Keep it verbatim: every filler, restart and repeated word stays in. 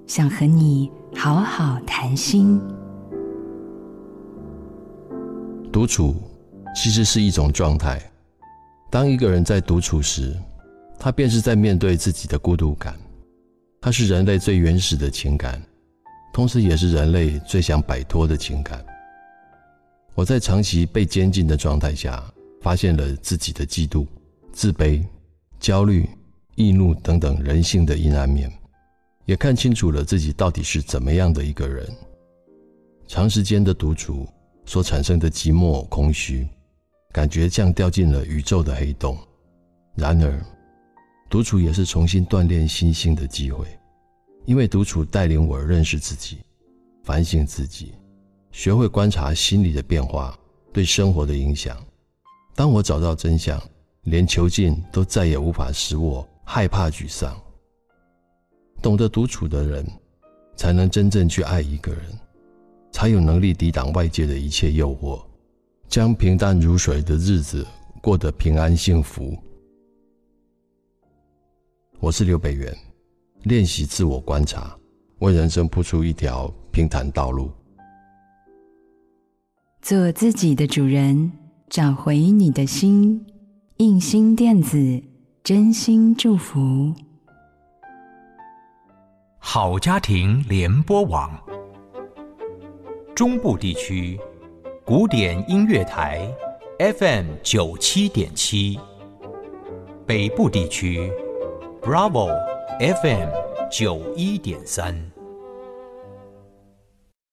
想和你好好谈心。 独处其实是一种状态，当一个人在独处时，他便是在面对自己的孤独感。它是人类最原始的情感，同时也是人类最想摆脱的情感。我在长期被监禁的状态下，发现了自己的嫉妒、自卑、焦虑、易怒等等人性的阴暗面，也看清楚了自己到底是怎么样的一个人。长时间的独处所产生的寂寞空虚，感觉像掉进了宇宙的黑洞。然而独处也是重新锻炼心性的机会，因为独处带领我认识自己，反省自己，学会观察心理的变化对生活的影响。当我找到真相，连囚禁都再也无法使我害怕沮丧。懂得独处的人，才能真正去爱一个人，才有能力抵挡外界的一切诱惑，将平淡如水的日子过得平安幸福。我是刘北元，练习自我观察，为人生铺出一条平坦道路。 做自己的主人，找回你的心。映心电子，真心祝福。 好家庭联播网，中部地区古典音乐台 F M 九七点七，北部地区 Bravo F M 九一点三。